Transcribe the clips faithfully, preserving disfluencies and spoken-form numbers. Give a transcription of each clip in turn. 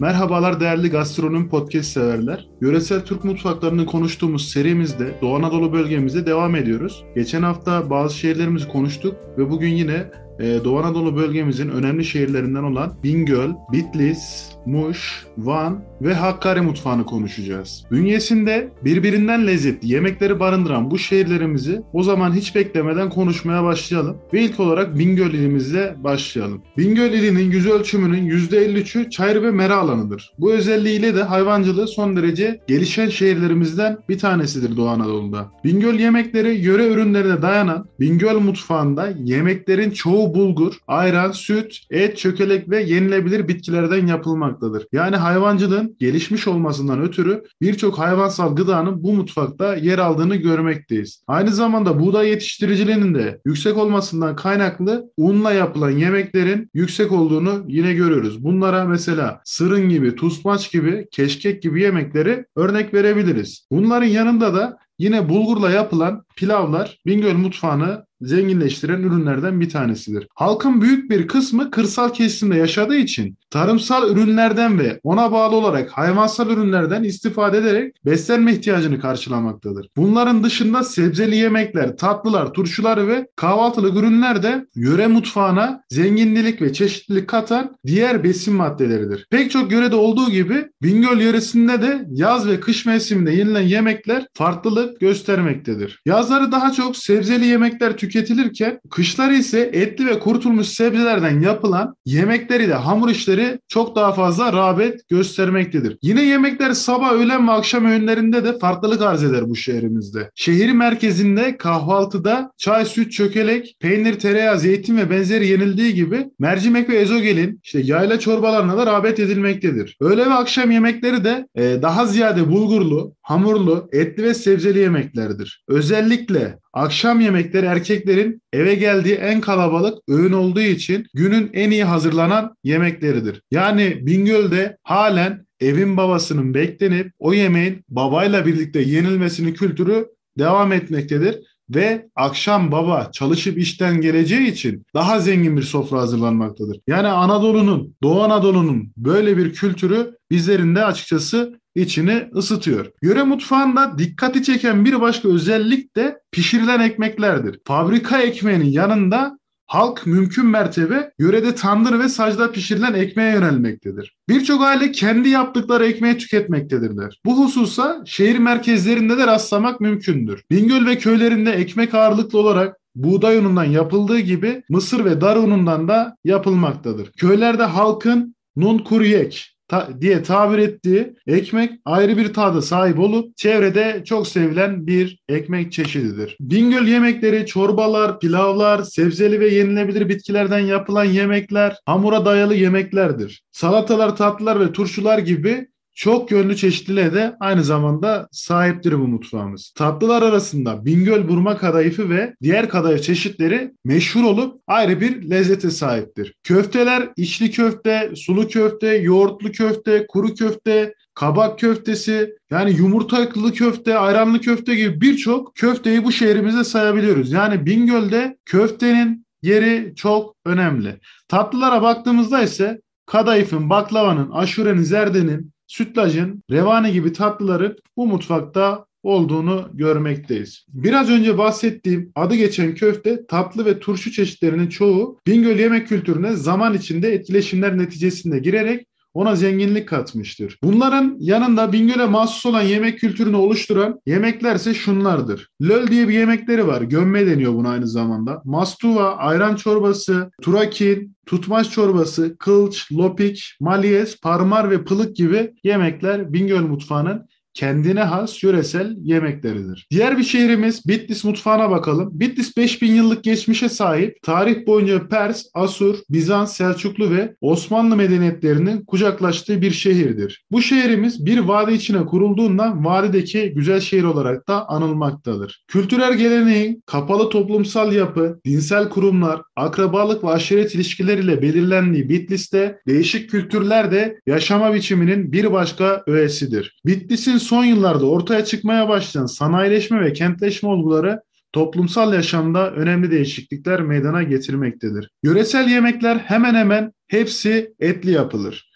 Merhabalar değerli gastronomi podcast severler. Yöresel Türk mutfaklarını konuştuğumuz serimizde Doğu Anadolu bölgemizde devam ediyoruz. Geçen hafta bazı şehirlerimizi konuştuk ve bugün yine e, Doğu Anadolu bölgemizin önemli şehirlerinden olan Bingöl, Bitlis, Muş, Van ve Hakkari mutfağını konuşacağız. Bünyesinde birbirinden lezzetli yemekleri barındıran bu şehirlerimizi o zaman hiç beklemeden konuşmaya başlayalım. Ve ilk olarak Bingöl ilimizle başlayalım. Bingöl ilinin yüz ölçümünün yüzde elli üçü çayır ve mera alanıdır. Bu özelliğiyle de hayvancılığı son derece gelişen şehirlerimizden bir tanesidir Doğu Anadolu'da. Bingöl yemekleri yöre ürünlerine dayanan Bingöl mutfağında yemeklerin çoğu bulgur, ayran, süt, et, çökelek ve yenilebilir bitkilerden yapılmaktadır. Yani hayvancılığın gelişmiş olmasından ötürü birçok hayvansal gıdanın bu mutfakta yer aldığını görmekteyiz. Aynı zamanda buğday yetiştiriciliğinin de yüksek olmasından kaynaklı unla yapılan yemeklerin yüksek olduğunu yine görüyoruz. Bunlara mesela sırın gibi, tusmaç gibi, keşkek gibi yemekleri örnek verebiliriz. Bunların yanında da yine bulgurla yapılan pilavlar Bingöl mutfağını zenginleştiren ürünlerden bir tanesidir. Halkın büyük bir kısmı kırsal kesimde yaşadığı için tarımsal ürünlerden ve ona bağlı olarak hayvansal ürünlerden istifade ederek beslenme ihtiyacını karşılamaktadır. Bunların dışında sebzeli yemekler, tatlılar, turşular ve kahvaltılık ürünler de yöre mutfağına zenginlik ve çeşitlilik katan diğer besin maddeleridir. Pek çok yörede olduğu gibi Bingöl yöresinde de yaz ve kış mevsiminde yenilen yemekler farklılık göstermektedir. Yazları daha çok sebzeli yemekler tüketilir tüketilirken kışları ise etli ve kurutulmuş sebzelerden yapılan yemekler ile hamur işleri çok daha fazla rağbet göstermektedir. Yine yemekler sabah, öğlen ve akşam öğünlerinde de farklılık arz eder bu şehrimizde. Şehir merkezinde kahvaltıda çay, süt, çökelek, peynir, tereyağı, zeytin ve benzeri yenildiği gibi mercimek ve ezogelin işte yayla çorbalarına da rağbet edilmektedir. Öğle ve akşam yemekleri de e, daha ziyade bulgurlu, hamurlu, etli ve sebzeli yemeklerdir. Özellikle akşam yemekleri erkeklerin eve geldiği en kalabalık öğün olduğu için günün en iyi hazırlanan yemekleridir. Yani Bingöl'de halen evin babasının beklenip o yemeğin babayla birlikte yenilmesinin kültürü devam etmektedir. Ve akşam baba çalışıp işten geleceği için daha zengin bir sofra hazırlanmaktadır. Yani Anadolu'nun, Doğu Anadolu'nun böyle bir kültürü bizlerin de açıkçası içini ısıtıyor. Yöre mutfağında dikkati çeken bir başka özellik de pişirilen ekmeklerdir. Fabrika ekmeğinin yanında halk mümkün mertebe yörede tandır ve sacda pişirilen ekmeğe yönelmektedir. Birçok aile kendi yaptıkları ekmeği tüketmektedirler. Bu hususa şehir merkezlerinde de rastlamak mümkündür. Bingöl ve köylerinde ekmek ağırlıklı olarak buğday unundan yapıldığı gibi mısır ve dar unundan da yapılmaktadır. Köylerde halkın nun kuryek Ta, diye tabir ettiği ekmek ayrı bir tada sahip olup çevrede çok sevilen bir ekmek çeşididir. Bingöl yemekleri çorbalar, pilavlar, sebzeli ve yenilebilir bitkilerden yapılan yemekler, hamura dayalı yemeklerdir. Salatalar, tatlılar ve turşular gibi çok yönlü çeşitliliğe de aynı zamanda sahiptir bu mutfağımız. Tatlılar arasında Bingöl burma kadayıfı ve diğer kadayıf çeşitleri meşhur olup ayrı bir lezzete sahiptir. Köfteler içli köfte, sulu köfte, yoğurtlu köfte, kuru köfte, kabak köftesi, yani yumurtalı köfte, ayranlı köfte gibi birçok köfteyi bu şehrimizde sayabiliyoruz. Yani Bingöl'de köftenin yeri çok önemli. Tatlılara baktığımızda ise kadayıfın, baklavanın, aşurenin, zerdenin, sütlacın, revani gibi tatlıların bu mutfakta olduğunu görmekteyiz. Biraz önce bahsettiğim adı geçen köfte, tatlı ve turşu çeşitlerinin çoğu Bingöl yemek kültürüne zaman içinde etkileşimler neticesinde girerek ona zenginlik katmıştır. Bunların yanında Bingöl'e mahsus olan yemek kültürünü oluşturan yemekler ise şunlardır. Löl diye bir yemekleri var. Gömme deniyor buna aynı zamanda. Mastuva, ayran çorbası, turakin, tutmaç çorbası, kılç, lopik, maliyes, parmar ve pılık gibi yemekler Bingöl mutfağının kendine has yöresel yemekleridir. Diğer bir şehrimiz Bitlis mutfağına bakalım. Bitlis beş bin yıllık geçmişe sahip, tarih boyunca Pers, Asur, Bizans, Selçuklu ve Osmanlı medeniyetlerinin kucaklaştığı bir şehirdir. Bu şehrimiz bir vadi içine kurulduğundan vadideki güzel şehir olarak da anılmaktadır. Kültürel geleneğin kapalı toplumsal yapı, dinsel kurumlar, akrabalık ve aşiret ilişkileriyle belirlendiği Bitlis'te değişik kültürler de yaşama biçiminin bir başka öğesidir. Bitlis'in son yıllarda ortaya çıkmaya başlayan sanayileşme ve kentleşme olguları toplumsal yaşamda önemli değişiklikler meydana getirmektedir. Yöresel yemekler hemen hemen hepsi etli yapılır.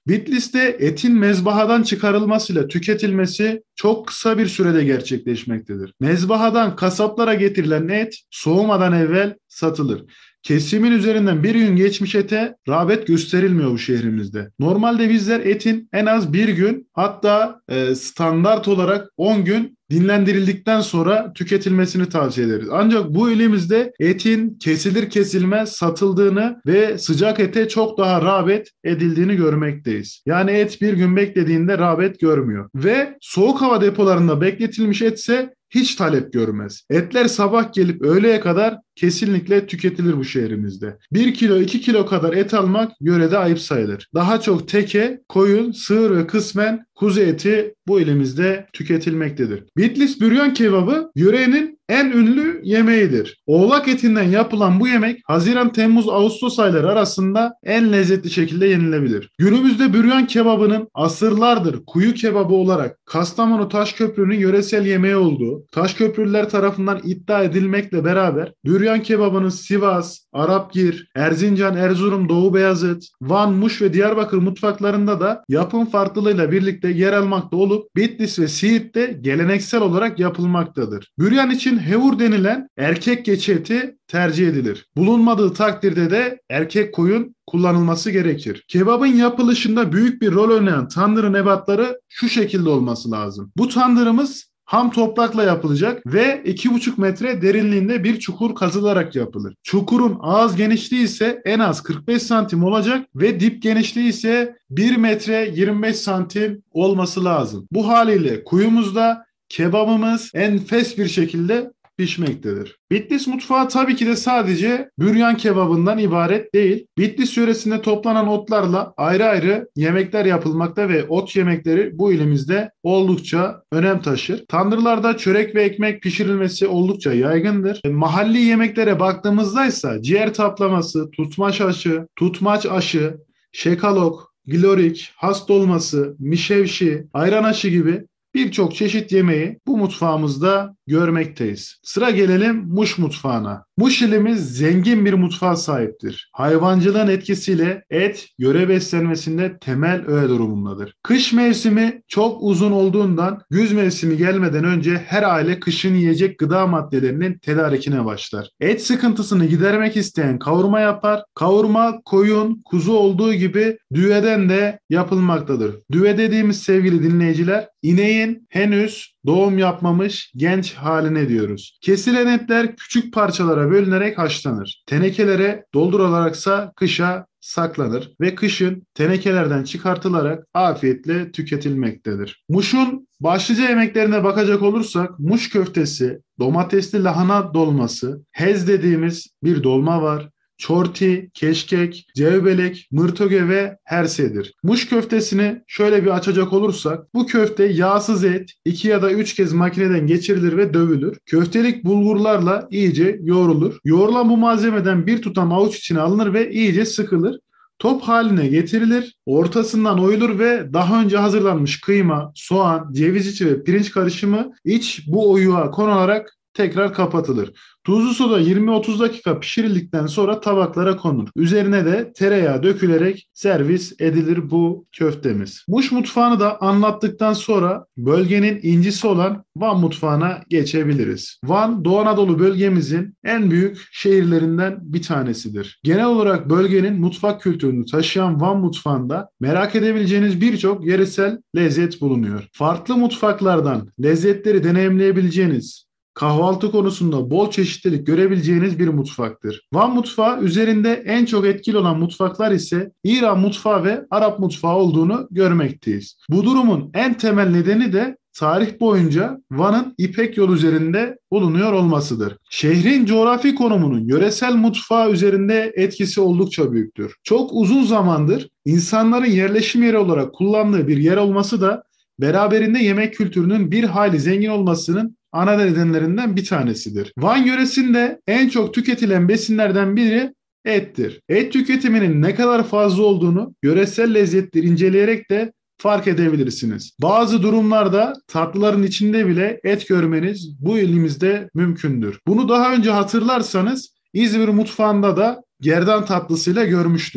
Bitlis'te etin mezbahadan çıkarılmasıyla tüketilmesi çok kısa bir sürede gerçekleşmektedir. Mezbahadan kasaplara getirilen et soğumadan evvel satılır. Kesimin üzerinden bir gün geçmiş ete rağbet gösterilmiyor bu şehrimizde. Normalde bizler etin en az bir gün, hatta e, standart olarak on gün dinlendirildikten sonra tüketilmesini tavsiye ederiz. Ancak bu ilimizde etin kesilir kesilmez satıldığını ve sıcak ete çok daha rağbet edildiğini görmekteyiz. Yani et bir gün beklediğinde rağbet görmüyor. Ve soğuk hava depolarında bekletilmiş etse hiç talep görmez. Etler sabah gelip öğleye kadar kesinlikle tüketilir bu şehrimizde. bir kilo iki kilo kadar et almak yörede ayıp sayılır. Daha çok teke, koyun, sığır ve kısmen kuzu eti bu ilimizde tüketilmektedir. Bitlis büryan kebabı yörenin en ünlü yemeğidir. Oğlak etinden yapılan bu yemek Haziran, Temmuz, Ağustos ayları arasında en lezzetli şekilde yenilebilir. Günümüzde büryan kebabının asırlardır kuyu kebabı olarak Kastamonu Taşköprü'nün yöresel yemeği olduğu, Taşköprülüler tarafından iddia edilmekle beraber büryan kebabının Sivas, Arapgir, Erzincan, Erzurum, Doğu Beyazıt, Van, Muş ve Diyarbakır mutfaklarında da yapım farklılığıyla birlikte yer almakta olup Bitlis ve Siirt'te geleneksel olarak yapılmaktadır. Büryan için hevur denilen erkek keçi eti tercih edilir. Bulunmadığı takdirde de erkek koyun kullanılması gerekir. Kebabın yapılışında büyük bir rol oynayan tandır ebatları şu şekilde olması lazım. Bu tandırımız ham toprakla yapılacak ve iki buçuk metre derinliğinde bir çukur kazılarak yapılır. Çukurun ağız genişliği ise en az kırk beş santim olacak ve dip genişliği ise bir metre yirmi beş santim olması lazım. Bu haliyle kuyumuzda kebabımız enfes bir şekilde pişmektedir. Bitlis mutfağı tabii ki de sadece büryan kebabından ibaret değil. Bitlis yöresinde toplanan otlarla ayrı ayrı yemekler yapılmakta ve ot yemekleri bu ilimizde oldukça önem taşır. Tandırlarda çörek ve ekmek pişirilmesi oldukça yaygındır. Mahalli yemeklere baktığımızda ise ciğer taplaması, tutmaç aşı, tutmaç aşı, şekalok, glorik, has dolması, mişevşi, ayran aşı gibi birçok çeşit yemeği bu mutfağımızda görmekteyiz. Sıra gelelim Muş mutfağına. Muş ilimiz zengin bir mutfağa sahiptir. Hayvancılığın etkisiyle et yöre beslenmesinde temel öğe durumundadır. Kış mevsimi çok uzun olduğundan güz mevsimi gelmeden önce her aile kışın yiyecek gıda maddelerinin tedarikine başlar. Et sıkıntısını gidermek isteyen kavurma yapar. Kavurma koyun, kuzu olduğu gibi düveden de yapılmaktadır. Düve dediğimiz sevgili dinleyiciler, ineğin henüz doğum yapmamış genç haline diyoruz. Kesilen etler küçük parçalara bölünerek haşlanır. Tenekelere doldurularaksa kışa saklanır ve kışın tenekelerden çıkartılarak afiyetle tüketilmektedir. Muş'un başlıca yemeklerine bakacak olursak Muş köftesi, domatesli lahana dolması, hez dediğimiz bir dolma var. Çorti, keşkek, cevbelek, mırtoge ve hersedir. Muş köftesini şöyle bir açacak olursak, bu köfte yağsız et iki ya da üç kez makineden geçirilir ve dövülür. Köftelik bulgurlarla iyice yoğrulur. Yoğrulan bu malzemeden bir tutam avuç içine alınır ve iyice sıkılır. Top haline getirilir, ortasından oyulur ve daha önce hazırlanmış kıyma, soğan, ceviz içi ve pirinç karışımı iç bu oyuğa konularak tekrar kapatılır. Tuzlu soda yirmi otuz dakika pişirildikten sonra tabaklara konur. Üzerine de tereyağı dökülerek servis edilir bu köftemiz. Muş mutfağını da anlattıktan sonra bölgenin incisi olan Van mutfağına geçebiliriz. Van, Doğu Anadolu bölgemizin en büyük şehirlerinden bir tanesidir. Genel olarak bölgenin mutfak kültürünü taşıyan Van mutfağında merak edebileceğiniz birçok yöresel lezzet bulunuyor. Farklı mutfaklardan lezzetleri deneyimleyebileceğiniz, kahvaltı konusunda bol çeşitlilik görebileceğiniz bir mutfaktır. Van mutfağı üzerinde en çok etkili olan mutfaklar ise İran mutfağı ve Arap mutfağı olduğunu görmekteyiz. Bu durumun en temel nedeni de tarih boyunca Van'ın İpek Yolu üzerinde bulunuyor olmasıdır. Şehrin coğrafi konumunun yöresel mutfağı üzerinde etkisi oldukça büyüktür. Çok uzun zamandır insanların yerleşim yeri olarak kullandığı bir yer olması da beraberinde yemek kültürünün bir hayli zengin olmasının ana nedenlerinden bir tanesidir. Van yöresinde en çok tüketilen besinlerden biri ettir. Et tüketiminin ne kadar fazla olduğunu yöresel lezzetleri inceleyerek de fark edebilirsiniz. Bazı durumlarda tatlıların içinde bile et görmeniz bu ilimizde mümkündür. Bunu daha önce hatırlarsanız İzmir mutfağında da gerdan tatlısıyla görmüştük.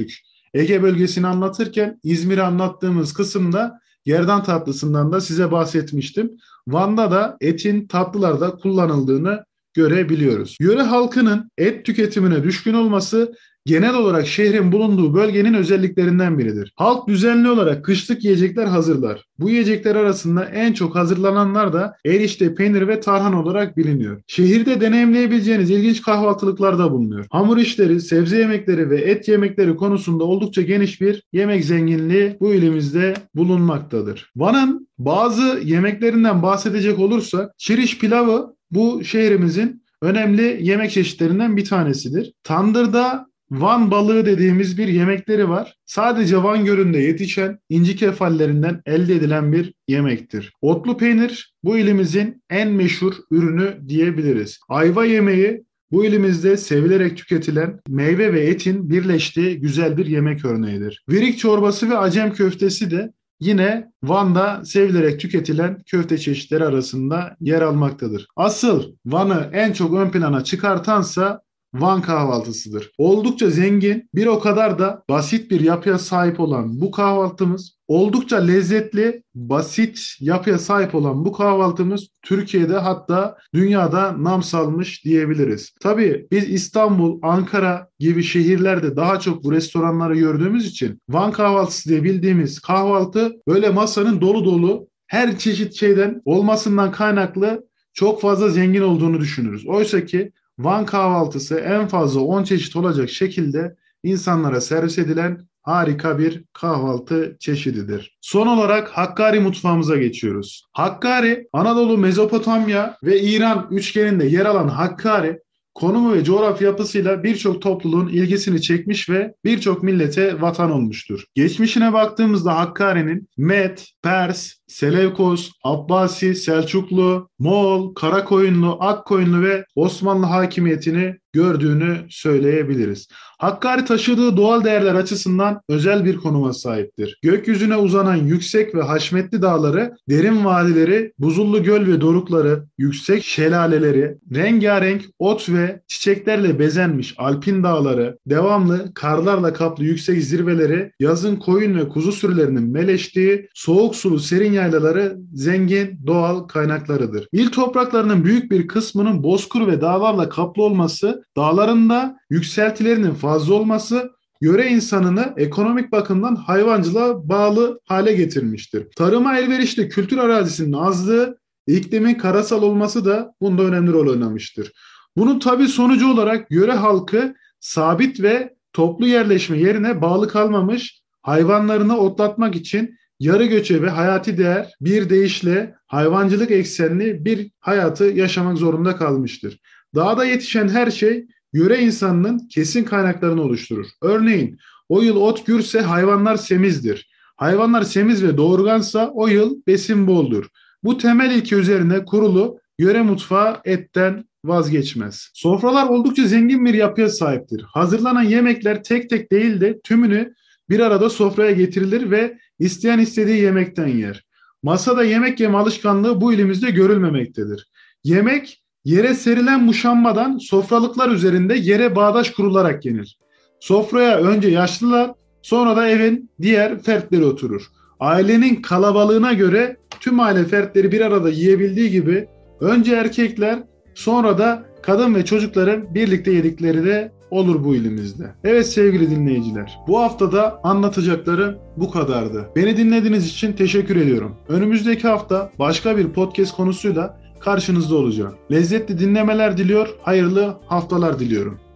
Ege bölgesini anlatırken İzmir'i anlattığımız kısımda gerdan tatlısından da size bahsetmiştim. Van'da da etin tatlılarda kullanıldığını görebiliyoruz. Yöre halkının et tüketimine düşkün olması genel olarak şehrin bulunduğu bölgenin özelliklerinden biridir. Halk düzenli olarak kışlık yiyecekler hazırlar. Bu yiyecekler arasında en çok hazırlananlar da erişte, peynir ve tarhan olarak biliniyor. Şehirde deneyimleyebileceğiniz ilginç kahvaltılıklar da bulunuyor. Hamur işleri, sebze yemekleri ve et yemekleri konusunda oldukça geniş bir yemek zenginliği bu ilimizde bulunmaktadır. Van'ın bazı yemeklerinden bahsedecek olursak, Çiriş pilavı bu şehrimizin önemli yemek çeşitlerinden bir tanesidir. Tandırda Van balığı dediğimiz bir yemekleri var. Sadece Van Gölü'nde yetişen inci kefallerinden elde edilen bir yemektir. Otlu peynir bu ilimizin en meşhur ürünü diyebiliriz. Ayva yemeği bu ilimizde sevilerek tüketilen meyve ve etin birleştiği güzel bir yemek örneğidir. Virik çorbası ve acem köftesi de yine Van'da sevilerek tüketilen köfte çeşitleri arasında yer almaktadır. Asıl Van'ı en çok ön plana çıkartansa Van kahvaltısıdır. Oldukça zengin, bir o kadar da basit bir yapıya sahip olan bu kahvaltımız, oldukça lezzetli, basit yapıya sahip olan bu kahvaltımız Türkiye'de hatta dünyada nam salmış diyebiliriz. Tabii biz İstanbul, Ankara gibi şehirlerde daha çok bu restoranları gördüğümüz için Van kahvaltısı diye bildiğimiz kahvaltı böyle masanın dolu dolu her çeşit şeyden olmasından kaynaklı çok fazla zengin olduğunu düşünürüz. Oysa ki Van kahvaltısı en fazla on çeşit olacak şekilde insanlara servis edilen harika bir kahvaltı çeşididir. Son olarak Hakkari mutfağımıza geçiyoruz. Hakkari, Anadolu, Mezopotamya ve İran üçgeninde yer alan Hakkari, konumu ve coğrafya yapısıyla birçok topluluğun ilgisini çekmiş ve birçok millete vatan olmuştur. Geçmişine baktığımızda Hakkari'nin Med, Pers, Selevkos, Abbasi, Selçuklu, Moğol, Karakoyunlu, Akkoyunlu ve Osmanlı hakimiyetini gördüğünü söyleyebiliriz. Hakkari taşıdığı doğal değerler açısından özel bir konuma sahiptir. Gökyüzüne uzanan yüksek ve haşmetli dağları, derin vadileri, buzullu göl ve dorukları, yüksek şelaleleri, rengarenk ot ve çiçeklerle bezenmiş alpin dağları, devamlı karlarla kaplı yüksek zirveleri, yazın koyun ve kuzu sürülerinin meleştiği soğuk sulu serin yaylaları zengin doğal kaynaklarıdır. İl topraklarının büyük bir kısmının bozkır ve dağlarla kaplı olması, dağlarında yükseltilerinin fazla olması yöre insanını ekonomik bakımdan hayvancılığa bağlı hale getirmiştir. Tarıma elverişli kültür arazisinin azlığı, iklimin karasal olması da bunda önemli rol oynamıştır. Bunun tabii sonucu olarak yöre halkı sabit ve toplu yerleşme yerine bağlı kalmamış, hayvanlarını otlatmak için yarı göçebe hayati değer bir deyişle hayvancılık eksenli bir hayatı yaşamak zorunda kalmıştır. Dağda yetişen her şey yöre insanının kesin kaynaklarını oluşturur. Örneğin o yıl ot gürse hayvanlar semizdir. Hayvanlar semiz ve doğurgansa o yıl besin boldur. Bu temel ilke üzerine kurulu yöre mutfağı etten vazgeçmez. Sofralar oldukça zengin bir yapıya sahiptir. Hazırlanan yemekler tek tek değil de tümünü bir arada sofraya getirilir ve isteyen istediği yemekten yer. Masada yemek yeme alışkanlığı bu ilimizde görülmemektedir. Yemek yere serilen muşambadan sofralıklar üzerinde yere bağdaş kurularak yenir. Sofraya önce yaşlılar, sonra da evin diğer fertleri oturur. Ailenin kalabalığına göre tüm aile fertleri bir arada yiyebildiği gibi önce erkekler, sonra da kadın ve çocukların birlikte yedikleri de olur bu ilimizde. Evet sevgili dinleyiciler, bu haftada anlatacaklarım bu kadardı. Beni dinlediğiniz için teşekkür ediyorum. Önümüzdeki hafta başka bir podcast konusuyla karşınızda olacağım. Lezzetli dinlemeler diliyor, hayırlı haftalar diliyorum.